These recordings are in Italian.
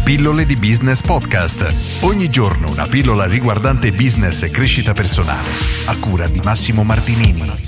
Pillole di Business Podcast. Ogni giorno una pillola riguardante business e crescita personale. A cura di Massimo Martinini.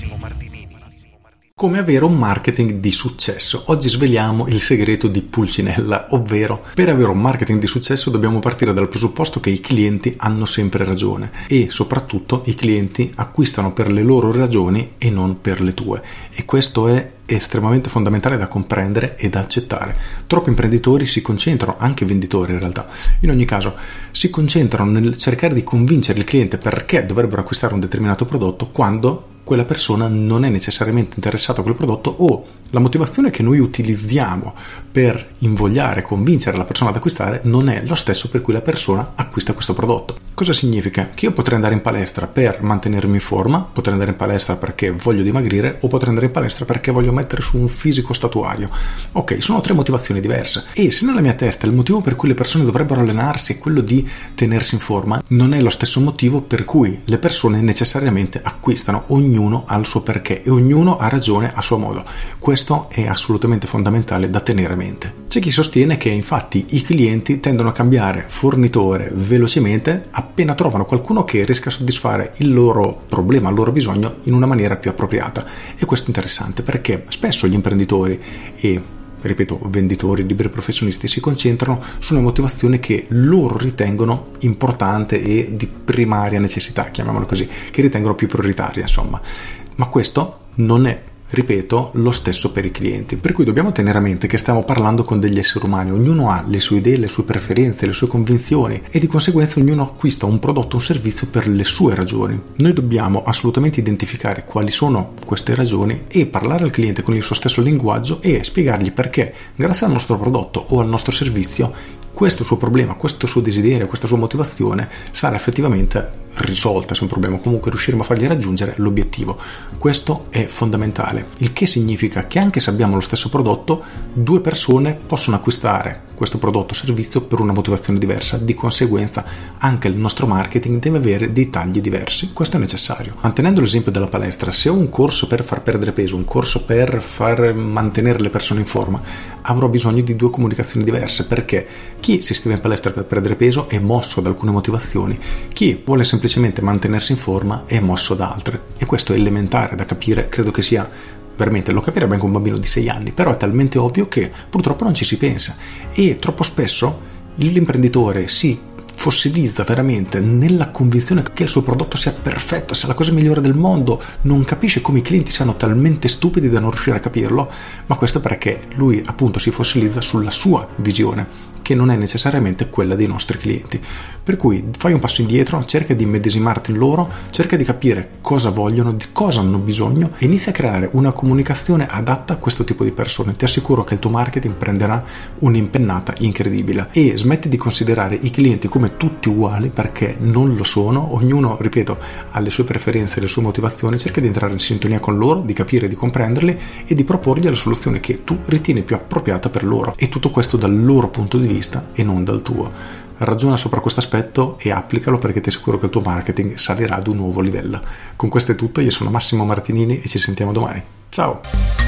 Come avere un marketing di successo. Oggi sveliamo il segreto di Pulcinella, ovvero per avere un marketing di successo dobbiamo partire dal presupposto che i clienti hanno sempre ragione e soprattutto i clienti acquistano per le loro ragioni e non per le tue, e questo è estremamente fondamentale da comprendere e da accettare. Troppi imprenditori si concentrano, anche venditori in realtà, in ogni caso si concentrano nel cercare di convincere il cliente perché dovrebbero acquistare un determinato prodotto quando quella persona non è necessariamente interessata a quel prodotto, o la motivazione che noi utilizziamo per invogliare, convincere la persona ad acquistare non è lo stesso per cui la persona acquista questo prodotto. Cosa significa? Che io potrei andare in palestra per mantenermi in forma, potrei andare in palestra perché voglio dimagrire o potrei andare in palestra perché voglio mettere su un fisico statuario. Ok, sono tre motivazioni diverse e se nella mia testa il motivo per cui le persone dovrebbero allenarsi è quello di tenersi in forma, non è lo stesso motivo per cui le persone necessariamente acquistano. Ognuno ha il suo perché e ognuno ha ragione a suo modo. Questo è assolutamente fondamentale da tenere a mente. C'è chi sostiene che infatti i clienti tendono a cambiare fornitore velocemente appena trovano qualcuno che riesca a soddisfare il loro problema, il loro bisogno in una maniera più appropriata, e questo è interessante perché spesso gli imprenditori e venditori, liberi professionisti si concentrano su una motivazione che loro ritengono importante e di primaria necessità, chiamiamola così, che ritengono più prioritaria, insomma. Ma questo non è, ripeto, lo stesso per i clienti, per cui dobbiamo tenere a mente che stiamo parlando con degli esseri umani, ognuno ha le sue idee, le sue preferenze, le sue convinzioni e di conseguenza ognuno acquista un prodotto o un servizio per le sue ragioni. Noi dobbiamo assolutamente identificare quali sono queste ragioni e parlare al cliente con il suo stesso linguaggio e spiegargli perché grazie al nostro prodotto o al nostro servizio questo suo problema, questo suo desiderio, questa sua motivazione sarà effettivamente risolta, se un problema, comunque riusciremo a fargli raggiungere l'obiettivo. Questo è fondamentale, il che significa che anche se abbiamo lo stesso prodotto, due persone possono acquistare questo prodotto o servizio per una motivazione diversa, di conseguenza anche il nostro marketing deve avere dei tagli diversi. Questo è necessario. Mantenendo l'esempio della palestra, se ho un corso per far perdere peso, un corso per far mantenere le persone in forma, avrò bisogno di due comunicazioni diverse, perché chi si iscrive in palestra per perdere peso è mosso da alcune motivazioni, chi vuole semplicemente mantenersi in forma è mosso da altre, e questo è elementare da capire. Credo che sia veramente, lo capirebbe anche un bambino di 6 anni, però è talmente ovvio che purtroppo non ci si pensa, e troppo spesso l'imprenditore si fossilizza veramente nella convinzione che il suo prodotto sia perfetto, sia la cosa migliore del mondo, non capisce come i clienti siano talmente stupidi da non riuscire a capirlo, ma questo perché lui appunto si fossilizza sulla sua visione, che non è necessariamente quella dei nostri clienti. Per cui fai un passo indietro, cerca di immedesimarti in loro, cerca di capire cosa vogliono, di cosa hanno bisogno e inizia a creare una comunicazione adatta a questo tipo di persone. Ti assicuro che il tuo marketing prenderà un'impennata incredibile, e smetti di considerare i clienti come tutti uguali, perché non lo sono. Ognuno, ripeto, ha le sue preferenze e le sue motivazioni. Cerca di entrare in sintonia con loro, di capire, di comprenderli e di proporgli la soluzione che tu ritieni più appropriata per loro, e tutto questo dal loro punto di vista e non dal tuo. Ragiona sopra questo aspetto e applicalo, perché ti assicuro che il tuo marketing salirà ad un nuovo livello. Con questo è tutto, io sono Massimo Martinini e ci sentiamo domani. Ciao!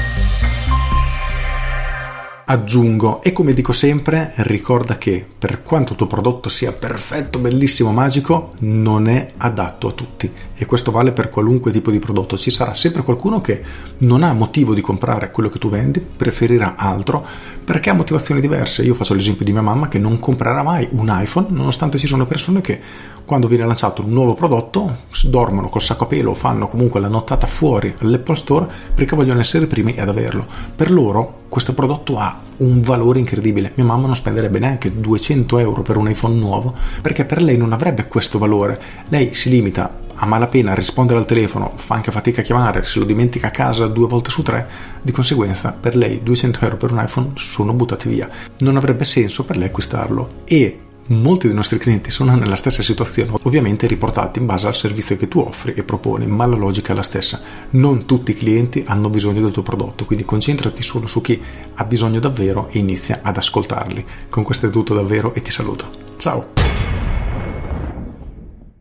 Aggiungo, e come dico sempre, ricorda che per quanto il tuo prodotto sia perfetto, bellissimo, magico, non è adatto a tutti, e questo vale per qualunque tipo di prodotto. Ci sarà sempre qualcuno che non ha motivo di comprare quello che tu vendi, preferirà altro perché ha motivazioni diverse. Io faccio l'esempio di mia mamma, che non comprerà mai un iPhone, nonostante ci sono persone che quando viene lanciato un nuovo prodotto dormono col sacco a pelo o fanno comunque la nottata fuori all'Apple Store perché vogliono essere i primi ad averlo. Per loro questo prodotto ha un valore incredibile. Mia mamma non spenderebbe neanche 200 euro per un iPhone nuovo, perché per lei non avrebbe questo valore. Lei si limita a malapena a rispondere al telefono, fa anche fatica a chiamare, se lo dimentica a casa 2 volte su 3, di conseguenza per lei 200 euro per un iPhone sono buttati via. Non avrebbe senso per lei acquistarlo, e molti dei nostri clienti sono nella stessa situazione, ovviamente riportati in base al servizio che tu offri e proponi, ma la logica è la stessa. Non tutti i clienti hanno bisogno del tuo prodotto, quindi concentrati solo su chi ha bisogno davvero e inizia ad ascoltarli. Con questo è tutto davvero e ti saluto. Ciao!